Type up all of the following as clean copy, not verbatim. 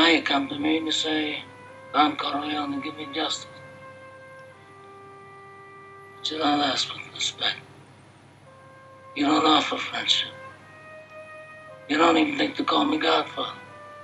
now you come to me and you say, Don Corleone, give me justice. But you don't ask for respect. You don't offer friendship. You don't even think to call me Godfather.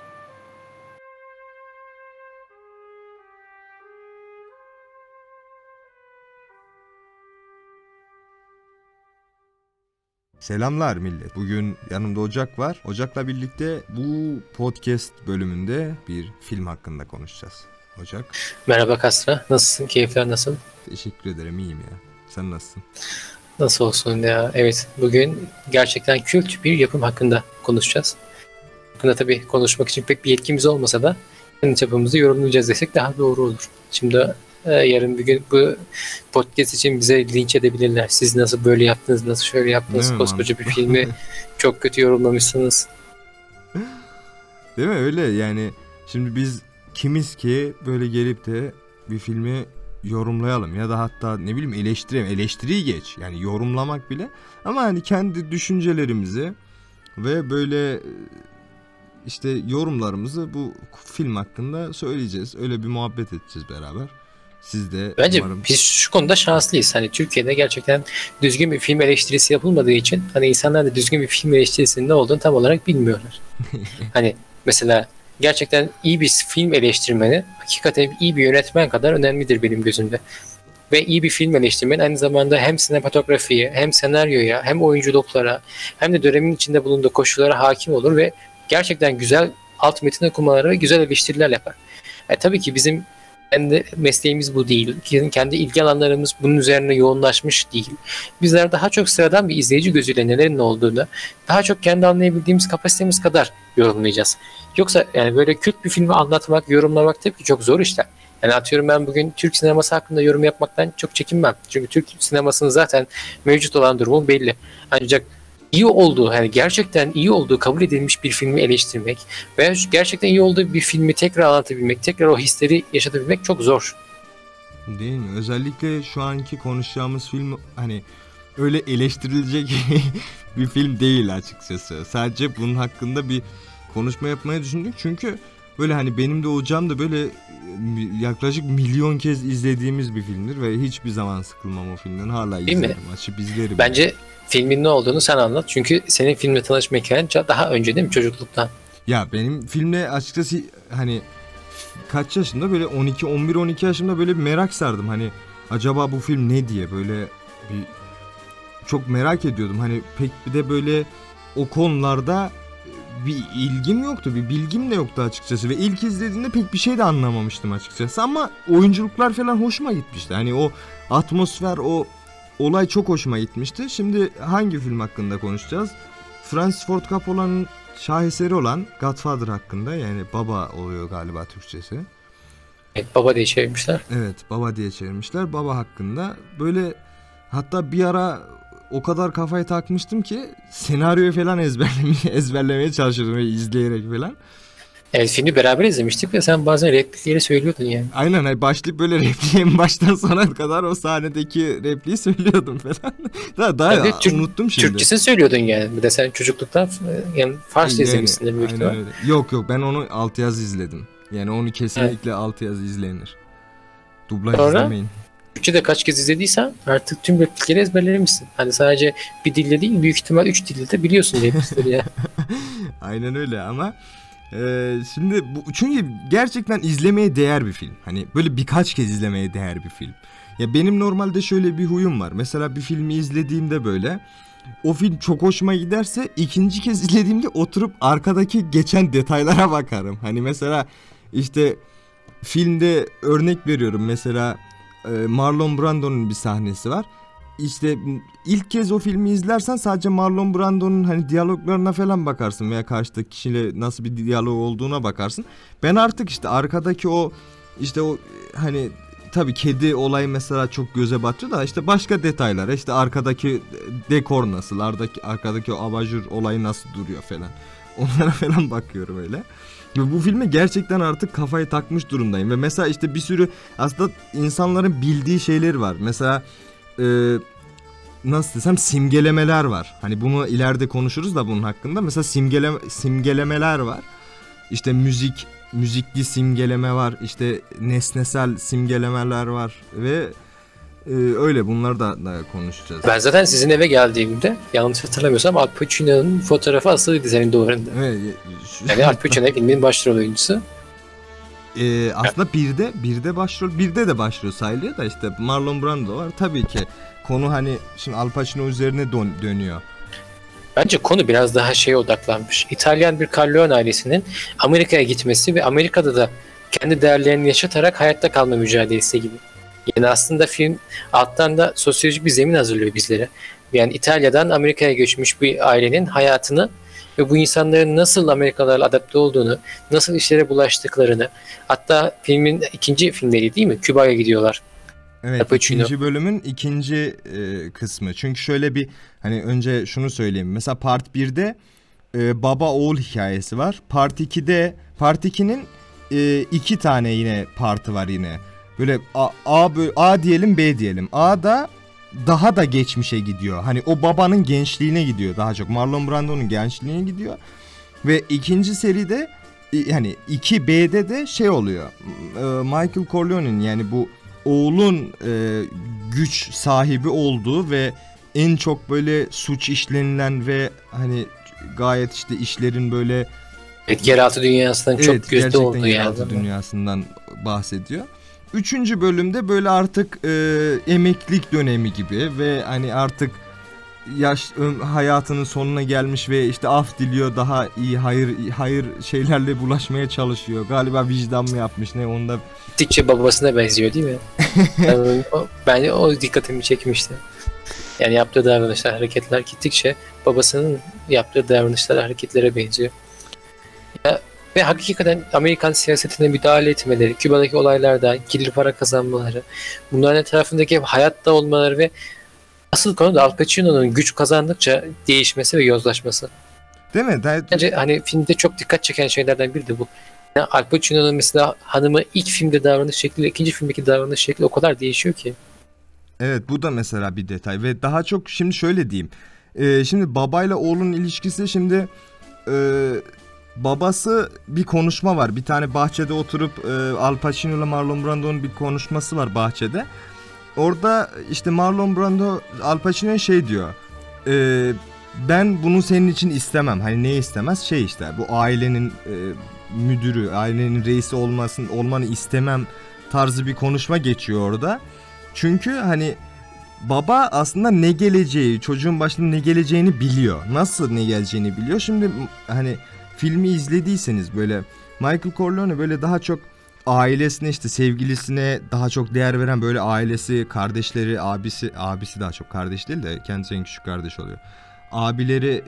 Selamlar millet. Bugün yanımda Ocak var. Ocak'la birlikte bu podcast bölümünde bir film hakkında konuşacağız. Ocak. Merhaba Kasra. Nasılsın? Keyifler nasıl? Teşekkür ederim, iyiyim ya. Sen nasılsın? Nasıl olsun ya? Evet, bugün gerçekten kült bir yapım hakkında konuşacağız. Hakkında tabii konuşmak için pek bir yetkimiz olmasa da kendi çapımızda yorumlayacağız desek daha doğru olur. Şimdi yarın bir gün bu podcast için bize linç edebilirler. Siz nasıl böyle yaptınız, nasıl şöyle yaptınız, koskoca bir filmi çok kötü yorumlamışsınız. Değil mi? Öyle yani. Şimdi biz kimiz ki böyle gelip de bir filmi yorumlayalım ya da hatta ne bileyim eleştirelim. Eleştiriyi geç. Yani yorumlamak bile. Ama hani kendi düşüncelerimizi ve böyle işte yorumlarımızı bu film hakkında söyleyeceğiz. Öyle bir muhabbet edeceğiz beraber. Siz de bence umarım... biz şu konuda şanslıyız. Hani Türkiye'de gerçekten düzgün bir film eleştirisi yapılmadığı için hani insanlar da düzgün bir film eleştirisinin ne olduğunu tam olarak bilmiyorlar. Hani mesela gerçekten iyi bir film eleştirmeni hakikaten iyi bir yönetmen kadar önemlidir benim gözümde. Ve iyi bir film eleştirmeni aynı zamanda hem sinematografiye, hem senaryoya, hem oyunculuklara, hem de dönemin içinde bulunduğu koşullara hakim olur ve gerçekten güzel alt metin okumaları ve güzel eleştiriler yapar. Tabii ki bizim kendi mesleğimiz bu değil. Kendi ilgi alanlarımız bunun üzerine yoğunlaşmış değil. Bizler daha çok sıradan bir izleyici gözüyle nelerin olduğunu daha çok kendi anlayabildiğimiz kapasitemiz kadar yorumlayacağız. Yoksa yani böyle kült bir filmi anlatmak, yorumlamak tabii ki çok zor işler. Yani atıyorum ben bugün Türk sineması hakkında yorum yapmaktan çok çekinmem. Çünkü Türk sinemasının zaten mevcut olan durumu belli. Ancak iyi olduğu, yani gerçekten iyi olduğu kabul edilmiş bir filmi eleştirmek veya gerçekten iyi olduğu bir filmi tekrar anlatabilmek, tekrar o hisleri yaşatabilmek çok zor. Değil mi? Özellikle şu anki konuşacağımız film hani öyle eleştirilecek bir film değil açıkçası. Sadece bunun hakkında bir konuşma yapmayı düşündük. Çünkü böyle hani benim de Olacağım da böyle yaklaşık milyon kez izlediğimiz bir filmdir ve hiçbir zaman sıkılmam o filmden. Hala izlerim, açıp izlerim. Bence filmin ne olduğunu sen anlat. Çünkü senin filmle tanışma hikayen daha önce değil mi, çocukluktan? Ya benim filmle açıkçası hani kaç yaşında böyle 11-12 yaşımda böyle bir merak sardım. Hani acaba bu film ne diye böyle bir çok merak ediyordum. Hani pek bir de böyle o konularda bir ilgim yoktu, bir bilgim de yoktu açıkçası ve ilk izlediğimde pek bir şey de anlamamıştım açıkçası ama oyunculuklar falan hoşuma gitmişti. Hani o atmosfer, o olay çok hoşuma gitmişti. Şimdi hangi film hakkında konuşacağız? Francis Ford Coppola'nın şaheseri olan Godfather hakkında, yani Baba oluyor galiba Türkçesi. Evet, Baba diye çevirmişler. Evet, Baba diye çevirmişler. Baba hakkında böyle hatta bir ara o kadar kafayı takmıştım ki senaryoyu falan ezberlemeye çalışıyordum izleyerek falan. Evet, filmi beraber izlemiştik ve sen bazen replikleri söylüyordun yani. Aynen, hani başlayıp böyle repliğin baştan sona kadar o sahnedeki repliği söylüyordum falan. daha unuttum şimdi. Türkçesini söylüyordun yani. Bir de sen çocukluktan yani Farsça izlemişsin büyük ihtimal. Yok ben onu altyazı izledim. Yani onu kesinlikle altyazı izlenir. Dublaj izlemeyin. Türkçe'de kaç kez izlediysen artık tüm replikleri ezberlemişsin. Hani sadece bir dilde değil, büyük ihtimal 3 dilde de biliyorsun replikleri ya. Aynen öyle ama şimdi çünkü gerçekten izlemeye değer bir film. Hani böyle birkaç kez izlemeye değer bir film. Ya benim normalde şöyle bir huyum var. Mesela bir filmi izlediğimde böyle o film çok hoşuma giderse ikinci kez izlediğimde oturup arkadaki geçen detaylara bakarım. Hani mesela işte filmde örnek veriyorum, mesela Marlon Brando'nun bir sahnesi var. İşte ilk kez o filmi izlersen sadece Marlon Brando'nun hani diyaloglarına falan bakarsın veya karşıdaki kişiyle nasıl bir diyalog olduğuna bakarsın. Ben artık işte arkadaki o hani tabii kedi olayı mesela çok göze batıyor da işte başka detaylar, işte arkadaki dekor nasıl, arkadaki o abajur olayı nasıl duruyor falan. Onlara falan bakıyorum öyle. Bu filme gerçekten artık kafayı takmış durumdayım. Ve mesela işte bir sürü aslında insanların bildiği şeyler var. Mesela nasıl desem, simgelemeler var. Hani bunu ileride konuşuruz da bunun hakkında. Mesela simgelemeler var. İşte müzik müzikli simgeleme var, işte nesnesel simgelemeler var ve öyle bunları da konuşacağız. Ben zaten sizin eve geldiğimde yanlış hatırlamıyorsam Al Pacino'nun fotoğrafı asılıydı senin duvarında. Evet, Yani Al Pacino filmin başrol oyuncusu. aslında birde başrol, birde de başrol sayılıyor da işte Marlon Brando var. Tabii ki konu hani şimdi Al Pacino üzerine dönüyor. Bence konu biraz daha şeye odaklanmış. İtalyan bir Corleone ailesinin Amerika'ya gitmesi ve Amerika'da da kendi değerlerini yaşatarak hayatta kalma mücadelesi gibi. Yani aslında film alttan da sosyolojik bir zemin hazırlıyor bizlere. Yani İtalya'dan Amerika'ya göçmüş bir ailenin hayatını ve bu insanların nasıl Amerikalılarla adapte olduğunu, nasıl işlere bulaştıklarını, hatta filmin ikinci filmleri değil mi? Küba'ya gidiyorlar. Evet, Pacino. ikinci bölümün ikinci kısmı. Çünkü şöyle bir hani önce şunu söyleyeyim. Mesela Part 1'de baba oğul hikayesi var. Part 2'nin iki tane yine partı var yine. Böyle A diyelim, B diyelim. A'da daha da geçmişe gidiyor. Hani o babanın gençliğine gidiyor daha çok. Marlon Brando'nun gençliğine gidiyor. Ve ikinci seride hani 2B'de de şey oluyor. Michael Corleone'nin yani bu oğlun güç sahibi olduğu ve en çok böyle suç işlenilen ve hani gayet işte işlerin böyle Yeraltı dünyasının çok gözde gerçekten olduğu yeraltı yani. dünyasından bahsediyor. Üçüncü bölümde böyle artık emeklilik dönemi gibi ve hani artık hayatının sonuna gelmiş ve işte af diliyor, daha iyi hayır şeylerle bulaşmaya çalışıyor. Galiba vicdan mı yapmış ne onda. Gittikçe babasına benziyor değil mi? Ben o dikkatimi çekmişti. Yani yaptığı davranışlar, hareketler gittikçe babasının yaptığı davranışlar, hareketlere benziyor. Ya, ve hakikaten Amerikan siyasetine müdahale etmeleri, Küba'daki olaylarda kirli para kazanmaları, bunların etrafındaki hayatta olmaları ve asıl konu da Al Pacino'nun güç kazandıkça değişmesi ve yozlaşması. Değil mi? Bence hani filmde çok dikkat çeken şeylerden biri de bu. Yani Al Pacino'nun mesela hanımı ilk filmde davranış şekli, ikinci filmdeki davranış şekli o kadar değişiyor ki. Evet, bu da mesela bir detay ve daha çok şimdi şöyle diyeyim. Şimdi babayla oğlun ilişkisi şimdi babası bir konuşma var. Bir tane bahçede oturup Al Pacino ile Marlon Brando'nun bir konuşması var bahçede. Orada işte Marlon Brando Al Pacino'ya şey diyor. Ben bunu senin için istemem. Hani ne istemez? Şey işte bu ailenin müdürü, ailenin reisi olmanı istemem tarzı bir konuşma geçiyor orada. Çünkü hani baba aslında ne geleceği, çocuğun başına ne geleceğini biliyor. Nasıl ne geleceğini biliyor. Şimdi hani filmi izlediyseniz böyle Michael Corleone böyle daha çok ailesine işte sevgilisine daha çok değer veren böyle ailesi, kardeşleri, abisi daha çok kardeş değil de kendisi en küçük kardeş oluyor. Abileri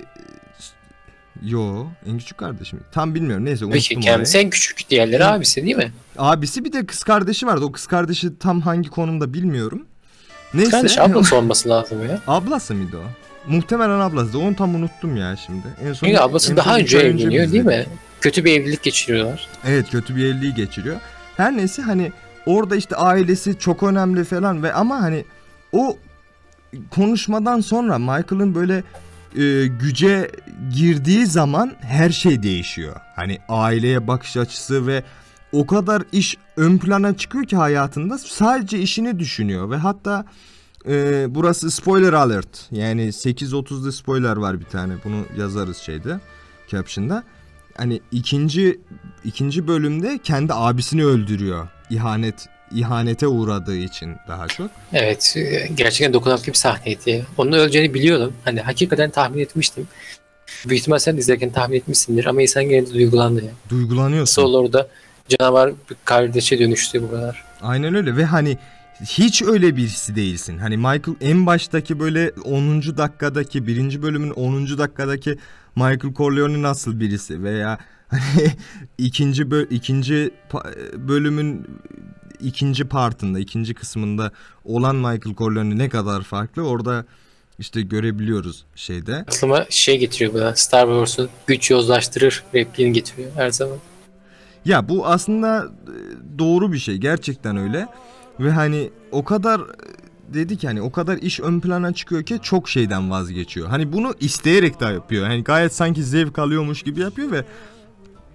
en küçük kardeşim. Tam bilmiyorum neyse unuttum Peki kendisi en küçük, diğerleri abisi değil mi? Abisi bir de kız kardeşi vardı. O kız kardeşi tam hangi konumda bilmiyorum. Neyse. Kardeş ablası olması lazım ya. Ablası mıydı o? Muhtemelen ablası. Onu tam unuttum ya şimdi. Çünkü ablası daha önce evleniyor değil mi? Kötü bir evlilik geçiriyorlar. Evet, kötü bir evliliği geçiriyor. Her neyse hani orada işte ailesi çok önemli falan ve ama hani o konuşmadan sonra Michael'ın böyle güce girdiği zaman her şey değişiyor. Hani aileye bakış açısı ve o kadar iş ön plana çıkıyor ki hayatında sadece işini düşünüyor ve hatta burası spoiler alert. Yani 8.30'da spoiler var bir tane. Bunu yazarız şeyde, caption'da. Hani ikinci bölümde kendi abisini öldürüyor. İhanete uğradığı için daha çok. Evet, gerçekten dokunaklı bir sahneydi. Onun öleceğini biliyordum. Hani hakikaten tahmin etmiştim. Büyük ihtimal sen de izlerken tahmin etmişsindir ama insan gene de duygulandı ya. Duygulanıyorsun. Nasıl olur da canavar bir kardeşe dönüştü bu kadar. Aynen öyle ve hani hiç öyle birisi değilsin. Hani Michael en baştaki böyle 10. dakikadaki 1. bölümün 10. dakikadaki Michael Corleone nasıl birisi veya hani ikinci bölümün ikinci partında, ikinci kısmında olan Michael Corleone ne kadar farklı orada işte görebiliyoruz şeyde. Aklıma şey getiriyor bana, Star Wars'un güç yozlaştırır repliğini getiriyor her zaman. Ya bu aslında doğru bir şey, gerçekten öyle ve hani o kadar dedik hani o kadar iş ön plana çıkıyor ki çok şeyden vazgeçiyor. Hani bunu isteyerek de yapıyor. Hani gayet sanki zevk alıyormuş gibi yapıyor ve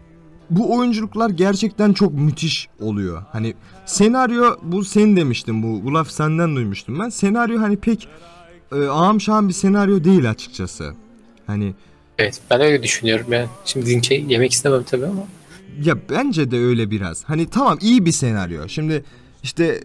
bu oyunculuklar gerçekten çok müthiş oluyor. Hani senaryo, bu sen demiştin, bu laf senden duymuştum ben. Senaryo hani pek ağam şahım bir senaryo değil açıkçası. Hani Evet, ben öyle düşünüyorum yani. Şimdi linçe yemek istemem tabii ama. ya bence de öyle biraz. Hani tamam, iyi bir senaryo. Şimdi işte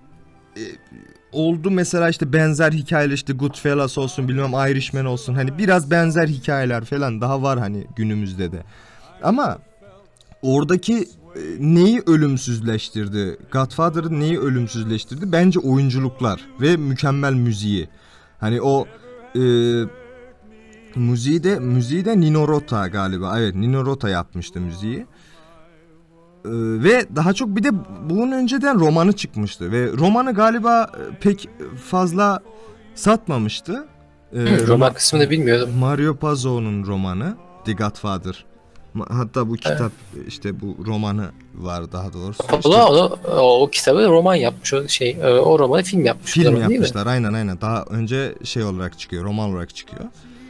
oldu mesela işte benzer hikayeler, işte Goodfellas olsun, bilmem Irishman olsun. Hani biraz benzer hikayeler falan daha var hani günümüzde de. Ama oradaki neyi ölümsüzleştirdi? Godfather'ı neyi ölümsüzleştirdi? Bence oyunculuklar ve mükemmel müziği. Hani o e, müziği de Nino Rota galiba. Evet, Nino Rota yapmıştı müziği. Ve daha çok bir de bunun önceden romanı çıkmıştı ve romanı galiba pek fazla satmamıştı. Roman kısmını bilmiyordum. Mario Puzo'nun romanı The Godfather. Hatta bu kitap, işte bu romanı var daha doğrusu. O kitabı roman yapmış, o romanı film yapmış. Film değil yapmışlar, mi? aynen. Daha önce şey olarak çıkıyor, roman olarak çıkıyor.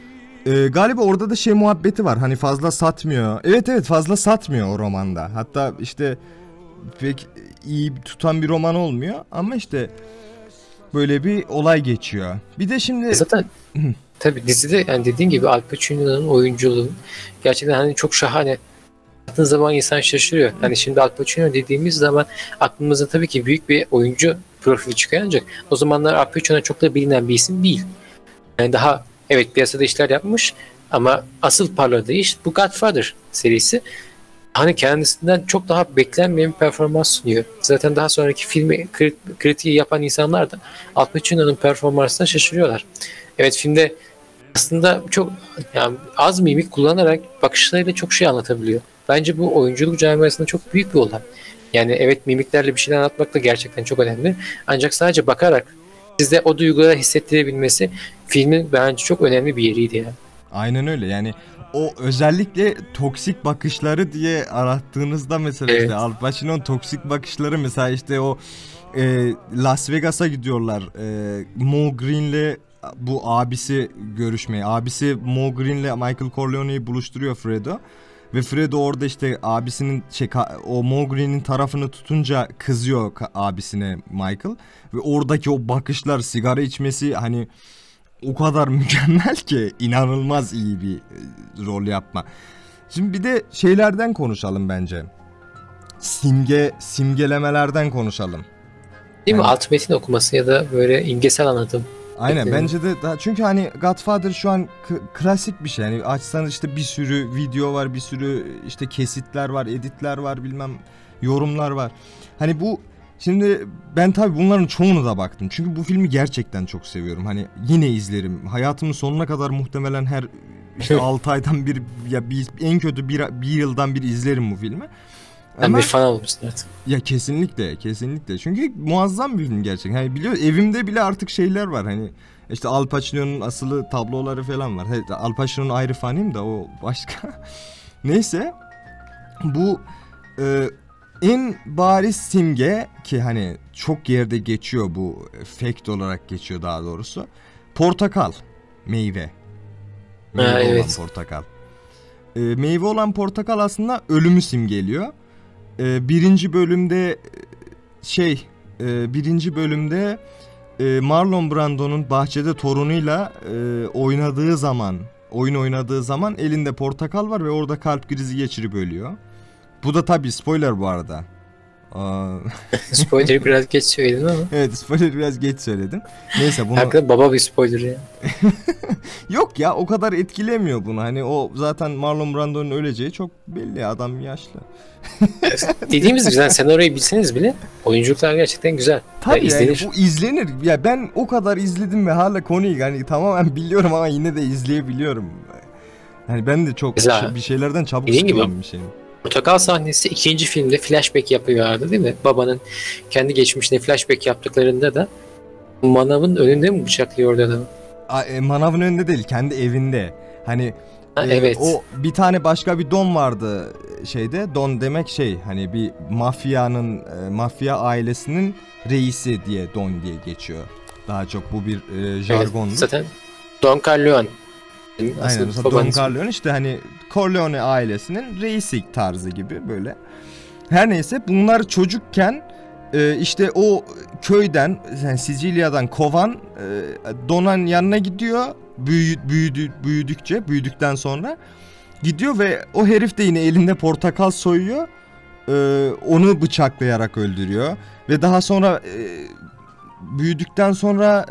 Galiba orada da şey muhabbeti var, hani fazla satmıyor. Evet, fazla satmıyor o romanda. Hatta işte pek iyi tutan bir roman olmuyor ama işte böyle bir olay geçiyor. Bir de şimdi Zaten tabii dizide yani dediğin gibi Al Pacino'nun oyunculuğu gerçekten hani çok şahane. Baktığın zaman insan şaşırıyor. Hani şimdi Al Pacino dediğimiz zaman aklımıza tabii ki büyük bir oyuncu profili çıkıyor, ancak o zamanlar Al Pacino çok da bilinen bir isim değil. Yani daha evet piyasada işler yapmış ama asıl parladığı iş bu Godfather serisi. Hani kendisinden çok daha beklenmeyen bir performans sunuyor. Zaten daha sonraki filmi kritiği yapan insanlar da Al Pacino'nun performansına şaşırıyorlar. Evet, filmde aslında çok yani az mimik kullanarak bakışlarıyla çok şey anlatabiliyor. Bence bu oyunculuk camiasında çok büyük bir olay. Yani evet, mimiklerle bir şeyler anlatmak da gerçekten çok önemli. Ancak sadece bakarak sizde o duyguları hissettirebilmesi filmin bence çok önemli bir yeriydi yani. aynen öyle yani, o özellikle toksik bakışları diye arattığınızda mesela Evet. işte Al Pacino'nun toksik bakışları, mesela işte o Las Vegas'a gidiyorlar, Mo Green'le bu abisi görüşmeye. Abisi Mo Green'le Michael Corleone'yi buluşturuyor Fredo. Ve Fredo orada işte abisinin o Mo Green'in tarafını tutunca kızıyor abisine Michael. Ve oradaki o bakışlar, sigara içmesi hani o kadar mükemmel ki, inanılmaz iyi bir rol yapma. Şimdi bir de şeylerden konuşalım bence. Simgelemelerden konuşalım. Değil mi? Yani- Alt metin okuması ya da böyle imgesel anlatım. Aynen, Beklerim. bence de daha, çünkü hani Godfather şu an klasik bir şey. Yani açsanız işte bir sürü video var, bir sürü işte kesitler var, editler var, bilmem yorumlar var. Hani bu, şimdi ben tabii bunların çoğunu da baktım. Çünkü bu filmi gerçekten çok seviyorum. Hani yine izlerim. Hayatımın sonuna kadar muhtemelen her işte 6 aydan bir, ya en kötü bir yıldan bir izlerim bu filmi. Ben bir fan olmuşsun artık. Ya kesinlikle. Çünkü muazzam bir film gerçekten. Hani biliyor, evimde bile artık şeyler var. Hani işte Al Pacino'nun asılı tabloları falan var. Al Pacino'nun ayrı fanıyım da o başka. Neyse. Bu en bariz simge ki hani çok yerde geçiyor, bu fact olarak geçiyor daha doğrusu. Portakal. Meyve. Meyve olan Evet. portakal. Meyve olan portakal aslında ölümü simgeliyor. Birinci bölümde Marlon Brando'nun bahçede torunuyla oyun oynadığı zaman elinde portakal var ve orada kalp krizi geçirip ölüyor. Bu da tabii spoiler bu arada. Spoiler'ı biraz geç söyledin ama. Evet, spoiler biraz geç söyledim. Neyse bunu... Hakikaten baba bir spoiler ya. Yok ya, o kadar etkilemiyor bunu. Hani o zaten Marlon Brando'nun öleceği çok belli, adam yaşlı. Dediğimiz gibi sen orayı bilseniz bile oyunculuklar gerçekten güzel. Tabii yani izlenir. bu izlenir. Ya ben o kadar izledim ve hala konuyu yani tamamen biliyorum ama yine de izleyebiliyorum. Yani ben de çok Güzel. bir şeylerden çabuk Dediğin gibi. sıkılan bir şeyim. Portakal sahnesi ikinci filmde flashback yapıyorlardı değil mi? Babanın kendi geçmişine flashback yaptıklarında da manavın önünde mi bıçaklıyor orada da? Manavın önünde değil, kendi evinde. Hani Evet. o bir tane başka bir don vardı şeyde. Don demek hani bir mafya ailesinin reisi diye don diye geçiyor. Daha çok bu bir jargondur. Evet, zaten Don Corleone Aynen, mesela Don babanız. Corleone işte hani Corleone ailesinin reisi tarzı gibi böyle. Her neyse bunlar çocukken işte o köyden yani Sicilya'dan kovan Don'un yanına gidiyor. Büyüdükten sonra gidiyor ve o herif de yine elinde portakal soyuyor. Onu bıçaklayarak öldürüyor ve daha sonra büyüdükten sonra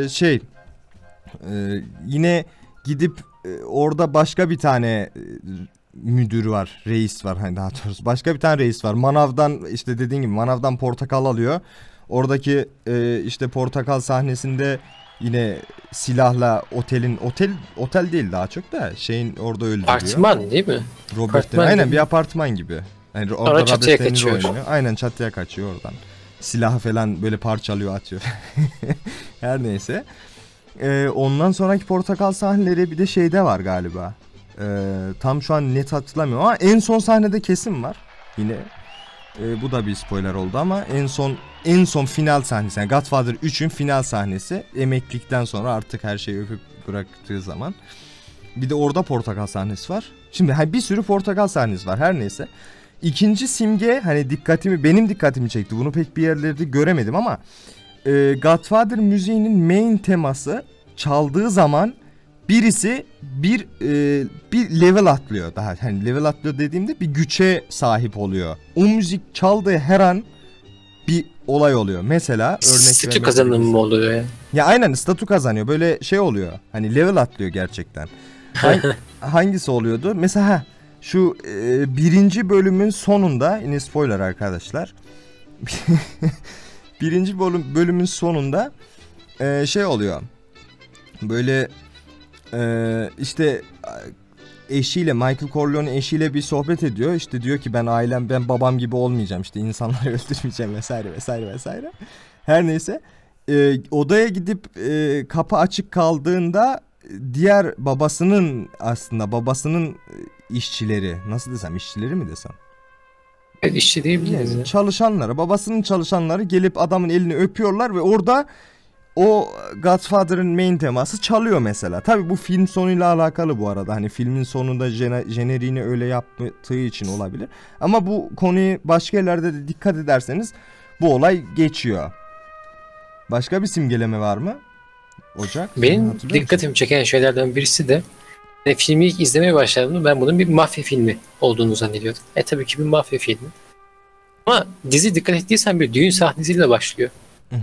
yine gidip orada başka bir tane müdür var, reis var hani daha doğrusu. Başka bir tane reis var. Manavdan işte dediğin gibi manavdan portakal alıyor. Oradaki işte portakal sahnesinde yine silahla otel değil daha çok da şeyin orada öldürüyor. Apartman değil mi? Robert De Niro. Aynen bir apartman gibi. Yani orada Sonra çatıya Robert De Niro kaçıyor. oynuyor. Aynen çatıya kaçıyor oradan. Silahı falan böyle parçalıyor atıyor. Her neyse. Ondan sonraki portakal sahneleri bir de şeyde var galiba. Tam şu an net hatırlamıyorum ama en son sahnede kesin var. Yine bu da bir spoiler oldu ama en son final sahnesi. Yani Godfather 3'ün final sahnesi. Emeklilikten sonra artık her şeyi öpüp bıraktığı zaman. Bir de orada portakal sahnesi var. Şimdi hani bir sürü portakal sahnesi var her neyse. İkinci simge hani benim dikkatimi çekti. Bunu pek bir yerlerde göremedim ama Godfather müziğinin main teması çaldığı zaman birisi bir level atlıyor. Daha hani level atlıyor dediğimde bir güce sahip oluyor. O müzik çaldığı her an bir olay oluyor. Mesela örnek Statü kazanımı mı oluyor ya? Ya aynen statü kazanıyor. Böyle şey oluyor. Hani level atlıyor gerçekten. Hangisi oluyordu? Mesela şu birinci bölümün sonunda yine spoiler arkadaşlar. Birinci bölümün sonunda şey oluyor. Böyle işte eşiyle Michael Corleone eşiyle bir sohbet ediyor. İşte diyor ki ben babam gibi olmayacağım. İşte insanları öldürmeyeceğim vesaire. Her neyse. Odaya gidip kapı açık kaldığında diğer babasının işçileri nasıl desem işçileri mi desem? Evet, işçi değil mi? Babasının çalışanları gelip adamın elini öpüyorlar ve orada o Godfather'ın main teması çalıyor mesela. Tabii bu film sonuyla alakalı bu arada. Hani filmin sonunda jeneriğini öyle yaptığı için olabilir. Ama bu konuyu başka yerlerde de dikkat ederseniz bu olay geçiyor. Başka bir simgeleme var mı? Ocak. Benim dikkatimi çeken şeylerden birisi de filmi ilk izlemeye başladığımda ben bunun bir mafya filmi olduğunu zannediyordum. Tabii ki bir mafya filmi. Ama dizi dikkat ettiysen bir düğün sahnesiyle başlıyor. Hı.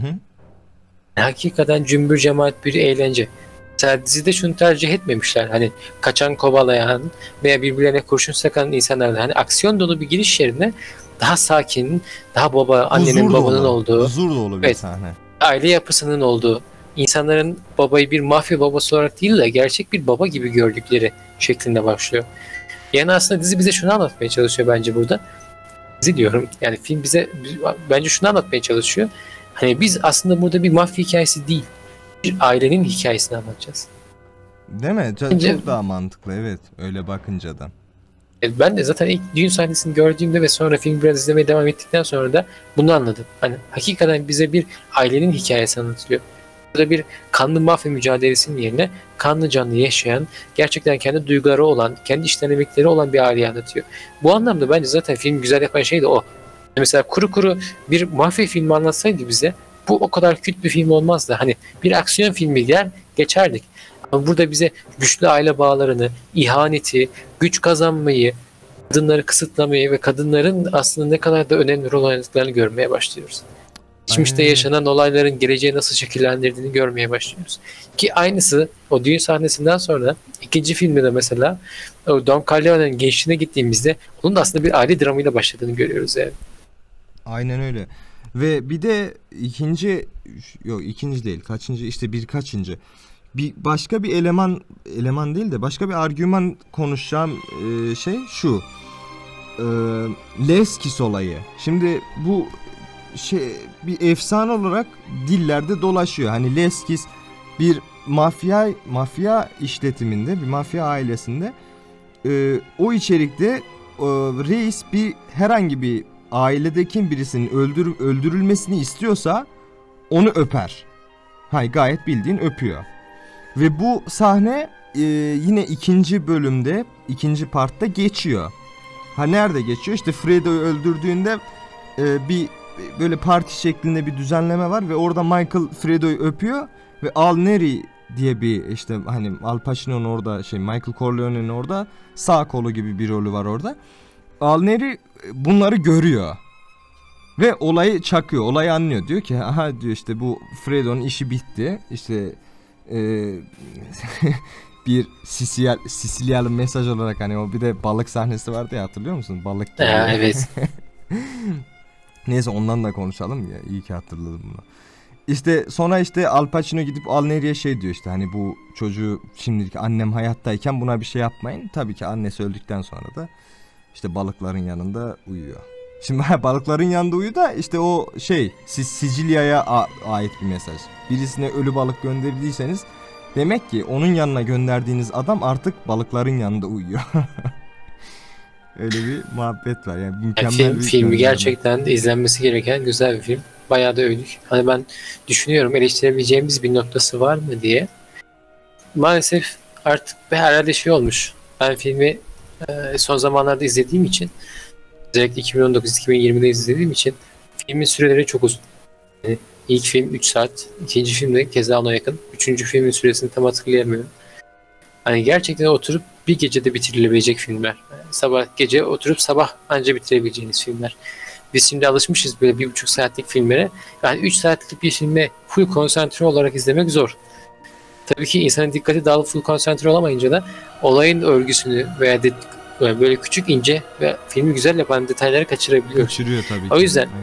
Hakikaten cümbür cemaat bir eğlence. Mesela dizide şunu tercih etmemişler. Hani kaçan kovalayan veya birbirlerine kurşun sıkan insanlarla hani aksiyon dolu bir giriş yerine daha sakin, daha annenin babanın olduğu, huzur dolu bir sahne. Aile yapısının olduğu, insanların babayı bir mafya babası olarak değil de gerçek bir baba gibi gördükleri şeklinde başlıyor. Yani aslında dizi bize şunu anlatmaya çalışıyor bence burada. Dizi diyorum. Yani film bize bence şunu anlatmaya çalışıyor. Hani biz aslında burada bir mafya hikayesi değil, bir ailenin hikayesini anlatacağız. Değil mi? Çok daha mantıklı evet öyle bakınca da. Ben de zaten ilk düğün sahnesini gördüğümde ve sonra filmi biraz izlemeye devam ettikten sonra da bunu anladım. Hani hakikaten bize bir ailenin hikayesi anlatılıyor. Burada bir kanlı mafya mücadelesinin yerine kanlı canlı yaşayan, gerçekten kendi duyguları olan, kendi içten emekleri olan bir aileyi anlatıyor. Bu anlamda bence zaten film güzel yapan şey de o. Mesela kuru kuru bir mafya filmi anlatsaydı bize bu o kadar kült bir film olmazdı. Hani bir aksiyon filmi der geçerdik. Ama burada bize güçlü aile bağlarını, ihaneti, güç kazanmayı, kadınları kısıtlamayı ve kadınların aslında ne kadar da önemli rol oynadıklarını görmeye başlıyoruz. Geçmişte yaşanan olayların geleceği nasıl şekillendirdiğini görmeye başlıyoruz. Ki aynısı o düğün sahnesinden sonra ikinci filmde de mesela Don Corleone'nin gençliğine gittiğimizde onun da aslında bir aile dramıyla başladığını görüyoruz yani. Aynen öyle. Ve bir de ikinci değil birkaçıncı başka bir eleman değil de başka bir argüman konuşacağım şey şu Leskis olayı. Şimdi bu bir efsane olarak dillerde dolaşıyor. Hani Leskis bir mafya işletiminde bir mafya ailesinde o içerikte reis herhangi bir ailedeki birisinin öldürülmesini istiyorsa onu öper. Gayet bildiğin öpüyor. Ve bu sahne yine ikinci bölümde, ikinci partta geçiyor. Ha nerede geçiyor? İşte Fredo'yu öldürdüğünde bir böyle parti şeklinde bir düzenleme var ve orada Michael Fredo'yu öpüyor ve Al Neri diye bir işte hani Al Pacino'nun orada Michael Corleone'nin orada sağ kolu gibi bir rolü var orada. Al Neri bunları görüyor. Ve olayı çakıyor, olayı anlıyor. Diyor ki aha diyor işte bu Fredo'nun işi bitti. İşte bir Sicilyalı mesaj olarak hani o bir de balık sahnesi vardı ya, hatırlıyor musun? Balık gibi. Evet. Neyse ondan da konuşalım ya. İyi ki hatırladım bunu. İşte sonra işte Al Pacino gidip Al Neri'ye diyor işte hani bu çocuğu şimdilik annem hayattayken buna bir şey yapmayın. Tabii ki annesi öldükten sonra da işte balıkların yanında uyuyor. Şimdi balıkların yanında uyu da işte o Sicilya'ya ait bir mesaj. Birisine ölü balık gönderdiyseniz demek ki onun yanına gönderdiğiniz adam artık balıkların yanında uyuyor. Öyle bir muhabbet var. Yani mükemmel bir filmi gerçekten de izlenmesi gereken güzel bir film. Bayağı da övdük. Hani ben düşünüyorum eleştirebileceğimiz bir noktası var mı diye. Maalesef artık herhalde olmuş. Ben filmi son zamanlarda izlediğim için, özellikle 2019-2020'de izlediğim için filmin süreleri çok uzun. Yani ilk film 3 saat, ikinci film de keza ona yakın. Üçüncü filmin süresini tam hatırlayamıyorum. Hani gerçekten oturup bir gecede bitirilebilecek filmler. Sabah gece oturup sabah anca bitirebileceğiniz filmler. Biz şimdi alışmışız böyle 1,5 saatlik filmlere. Yani 3 saatlik bir filme full konsantre olarak izlemek zor. Tabii ki insanın dikkati dağılıp full konsantre olamayınca da olayın örgüsünü veya böyle küçük ince ve filmi güzel yapan detayları kaçırabiliyor. Kaçırıyor tabii ki.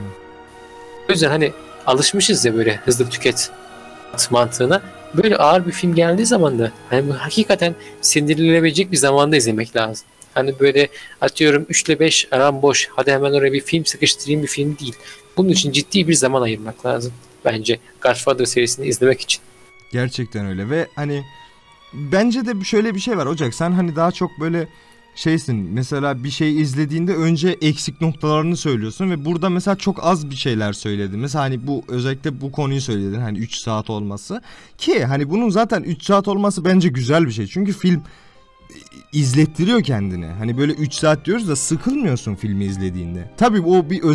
O yüzden hani alışmışız ya böyle hızlı tüket mantığına. Böyle ağır bir film geldiği zaman da hani hakikaten sindirilebilecek bir zamanda izlemek lazım. Hani böyle atıyorum 3 ile 5 aram boş, hadi hemen oraya bir film sıkıştırayım bir film değil. Bunun için ciddi bir zaman ayırmak lazım bence Godfather serisini izlemek için. Gerçekten öyle ve hani bence de şöyle bir şey var Ocak, sen hani daha çok böyle mesela bir şey izlediğinde önce eksik noktalarını söylüyorsun ve burada mesela çok az bir şeyler söyledin. Mesela hani bu özellikle bu konuyu söyledin hani 3 saat olması ki hani bunun zaten 3 saat olması bence güzel bir şey. Çünkü film izlettiriyor kendini. Hani böyle 3 saat diyoruz da sıkılmıyorsun filmi izlediğinde. Tabii o bir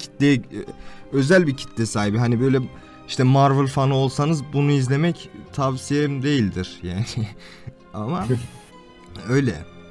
özel bir kitle sahibi. Hani böyle işte Marvel fanı olsanız bunu izlemek tavsiyem değildir yani. Ama öyle.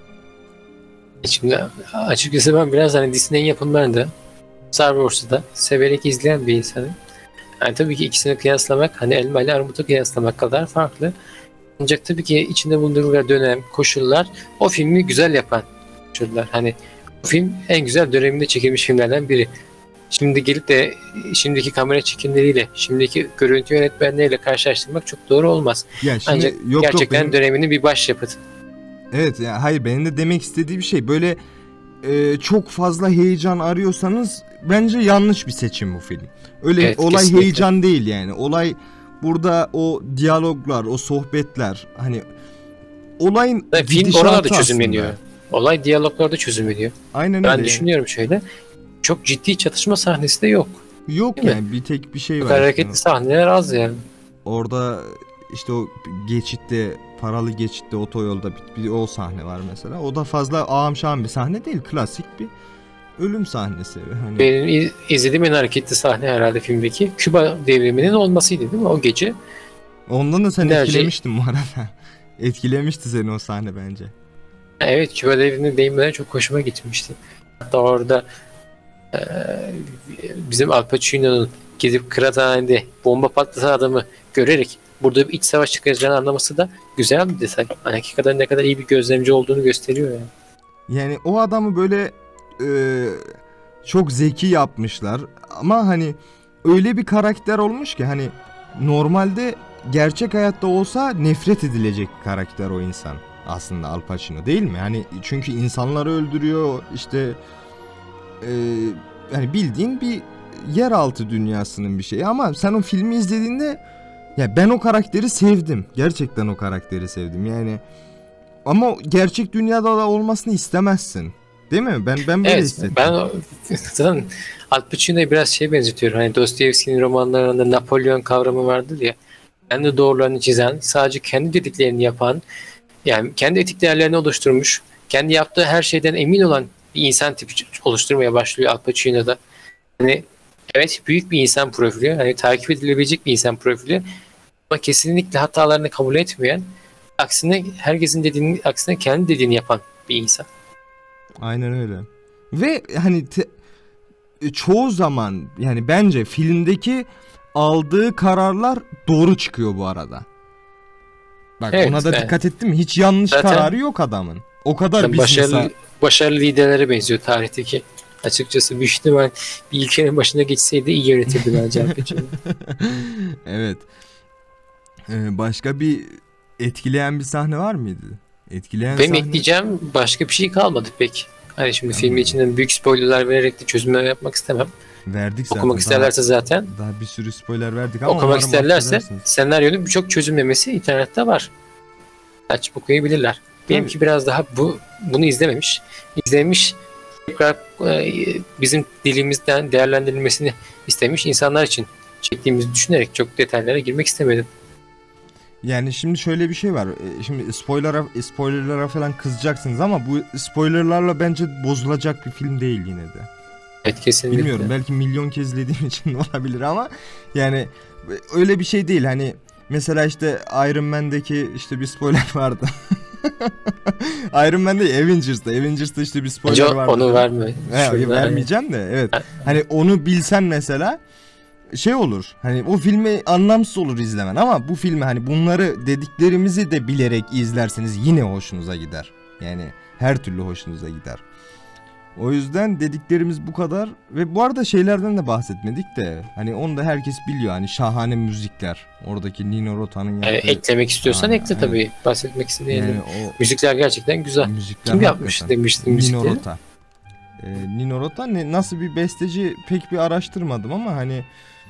Şimdi açıkçası ben biraz hani Disney'in yapımlarını da Star Wars'u da severek izleyen bir insanım. Yani tabii ki ikisini kıyaslamak hani elma ile armutu kıyaslamak kadar farklı. Ancak tabii ki içinde bulundukları dönem, koşullar o filmi güzel yapan koşullar. Hani o film en güzel döneminde çekilmiş filmlerden biri. Şimdi gelip de şimdiki kamera çekimleriyle, şimdiki görüntü yönetmenleriyle karşılaştırmak çok doğru olmaz. Yani şimdi, ancak gerçekten döneminin bir başyapıtı. Evet yani hayır benim de demek istediğim şey böyle çok fazla heyecan arıyorsanız bence yanlış bir seçim bu film. Öyle evet, olay kesinlikle. Heyecan değil yani. Olay burada o diyaloglar, o sohbetler hani olayın film oralarda çözümleniyor. Olay diyaloglarda çözümleniyor. Aynen ben öyle. Ben düşünüyorum şöyle. Çok ciddi çatışma sahnesi de yok. Yok değil yani mi? Bir tek bir şey bu var. Hareketli işte. Sahneler az yani. Orada işte o geçitte, paralı geçitte otoyolda bir o sahne var mesela. O da fazla ağam şahım bir sahne değil. Klasik bir ölüm sahnesi. Hani... Benim izlediğim en hareketli sahne herhalde filmdeki Küba devriminin olmasıydı değil mi o gece? Ondan da sen etkilemiştin bu arada. Etkilemişti seni o sahne bence. Evet, Küba devriminin deyimleri çok hoşuma gitmişti. Hatta orada bizim Al Pacino'nun gidip kıraathanede bomba patlatan adamı görerek burada bir iç savaş çıkaracağını anlaması da güzel bir detay. Yani hakikaten ne kadar iyi bir gözlemci olduğunu gösteriyor yani. Yani o adamı böyle çok zeki yapmışlar ama hani öyle bir karakter olmuş ki hani normalde gerçek hayatta olsa nefret edilecek karakter o insan aslında Al Pacino değil mi? Hani çünkü insanları öldürüyor işte yani bildiğin bir yeraltı dünyasının bir şeyi ama sen o filmi izlediğinde ya ben o karakteri sevdim. Gerçekten o karakteri sevdim. Yani ama gerçek dünyada da olmasını istemezsin. Değil mi? Ben böyle hissettim. Ben zaten Al Pacino'yu biraz benzetiyorum. Hani Dostoyevski'nin romanlarında Napolyon kavramı vardır ya. Kendi doğrularını çizen, sadece kendi dediklerini yapan, Yani kendi etik değerlerini oluşturmuş, kendi yaptığı her şeyden emin olan bir insan tipi oluşturmaya başlıyor Al Pacino'da. Hani evet, büyük bir insan profili, hani takip edilebilecek bir insan profili ama kesinlikle hatalarını kabul etmeyen, aksine herkesin dediğini, aksine kendi dediğini yapan bir insan. Aynen öyle. Ve hani çoğu zaman yani bence filmdeki aldığı kararlar doğru çıkıyor bu arada. Bak Evet, ona da evet. dikkat ettin mi? Hiç yanlış Zaten- kararı yok adamın. O kadar biz Başarılı liderlere benziyor tarihteki. Açıkçası büyük ihtimal bir ülkenin başına geçseydi iyi yönetirdi bence Al Pacino. Evet. Başka bir etkileyen bir sahne var mıydı? Etkileyen Benim sahne. ekleyeceğim başka bir şey kalmadı pek. Hani şimdi filmin içinden büyük spoilerlar vererek de çözümler yapmak istemem. Verdik zaten. Okumak isterlerse zaten. Daha bir sürü spoiler verdik ama Okumak umarım isterlerse affedersiniz. senaryonun birçok çözümlemesi internette var. Açıp okuyabilirler. Benimki biraz daha bunu izlememiş. İzlemiş, tekrar bizim dilimizden değerlendirilmesini istemiş insanlar için çektiğimizi düşünerek çok detaylara girmek istemedim. Yani şimdi şöyle bir şey var. Şimdi spoilerlara falan kızacaksınız ama bu spoilerlarla bence bozulacak bir film değil yine de. Evet, kesinlikle. Bilmiyorum, belki milyon kez izlediğim için olabilir ama yani öyle bir şey değil. Hani mesela işte Iron Man'deki işte bir spoiler vardı. Iron Man değil, Avengers'da işte bir spoiler vardı. Onu verme. Vermeyeceğim de evet. Hani onu bilsen mesela şey olur. Hani o filmi anlamsız olur izlemen ama bu filmi hani bunları dediklerimizi de bilerek izlerseniz yine hoşunuza gider. Yani her türlü hoşunuza gider. O yüzden dediklerimiz bu kadar ve bu arada şeylerden de bahsetmedik de hani onu da herkes biliyor, hani şahane müzikler, oradaki Nino Rota'nın yaptığı. Eklemek istiyorsan Aynen, ekle tabii. Bahsetmek istediğin. Yani Müzikler gerçekten güzel. müzikler Kim yapmış hakikaten. demiştin Nino müzikleri? Rota. Nino Rota nasıl bir besteci pek bir araştırmadım ama hani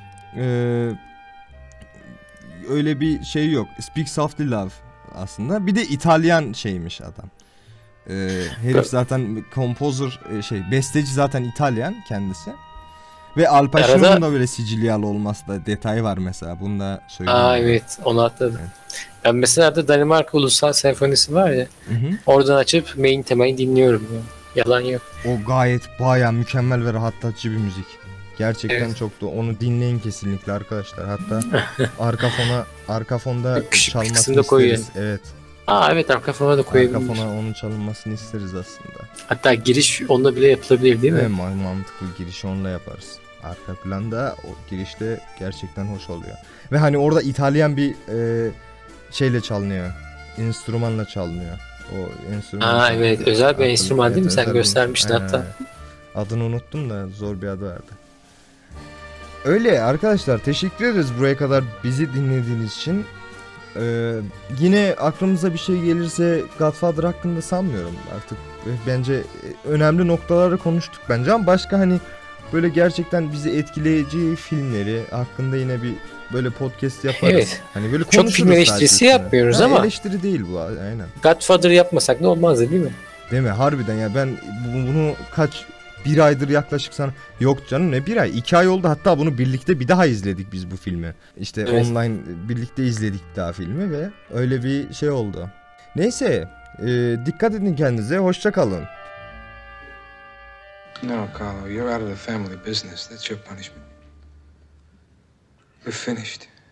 öyle bir şey yok. Speak Softly Love aslında. Bir de İtalyan şeymiş adam. Herif zaten composer, besteci zaten İtalyan kendisi. Ve Al Pacino'nun da böyle Sicilyalı olması da detay var mesela. Bunu da söyleyeyim. Evet, onu atladım. Evet. Ben mesela da Danimarka Ulusal Senfonisi var ya. Hı-hı. Oradan açıp main temayı dinliyorum ya. Yalan yok. O gayet baya mükemmel ve rahatlatıcı bir müzik. Gerçekten Evet. çok da onu dinleyin kesinlikle arkadaşlar. Hatta arka fonda Küçük bir çalmasını kısımda koyuyor. isteriz. Evet. Evet, arka fona da Arka koyabilir. fona onun çalınmasını isteriz aslında. Hatta giriş onunla bile yapılabilir değil mi? Evet, mantıklı girişi onunla yaparız. Arka planda o girişte gerçekten hoş oluyor. Ve hani orada İtalyan bir şeyle çalınıyor. Enstrümanla çalınıyor. O enstrüman. Evet, özel bir enstrüman değil mi? Sen özel bir göstermiştin enstrüman. hatta. Aynen. Adını unuttum da zor bir adı vardı. Öyle arkadaşlar, teşekkür ederiz buraya kadar bizi dinlediğiniz için. Yine aklımıza bir şey gelirse Godfather hakkında sanmıyorum artık. Bence önemli noktaları konuştuk bence ama başka hani böyle gerçekten bizi etkileyici filmleri hakkında yine bir böyle podcast yaparız. Evet. Hani böyle Çok film eleştirisi sadece. yapmıyoruz ama. Eleştiri değil bu, aynen. Godfather yapmasak ne olmazdı değil mi? Değil mi? Harbiden ya, ben bunu bir aydır yaklaşık sana, yok canım ne bir ay, 2 ay oldu, hatta bunu birlikte bir daha izledik biz bu filmi. İşte Evet. online birlikte izledik daha filmi ve öyle bir şey oldu. Neyse, dikkat edin kendinize, hoşça kalın. No, Carlo, you're out of the family business. That's your punishment. You're finished.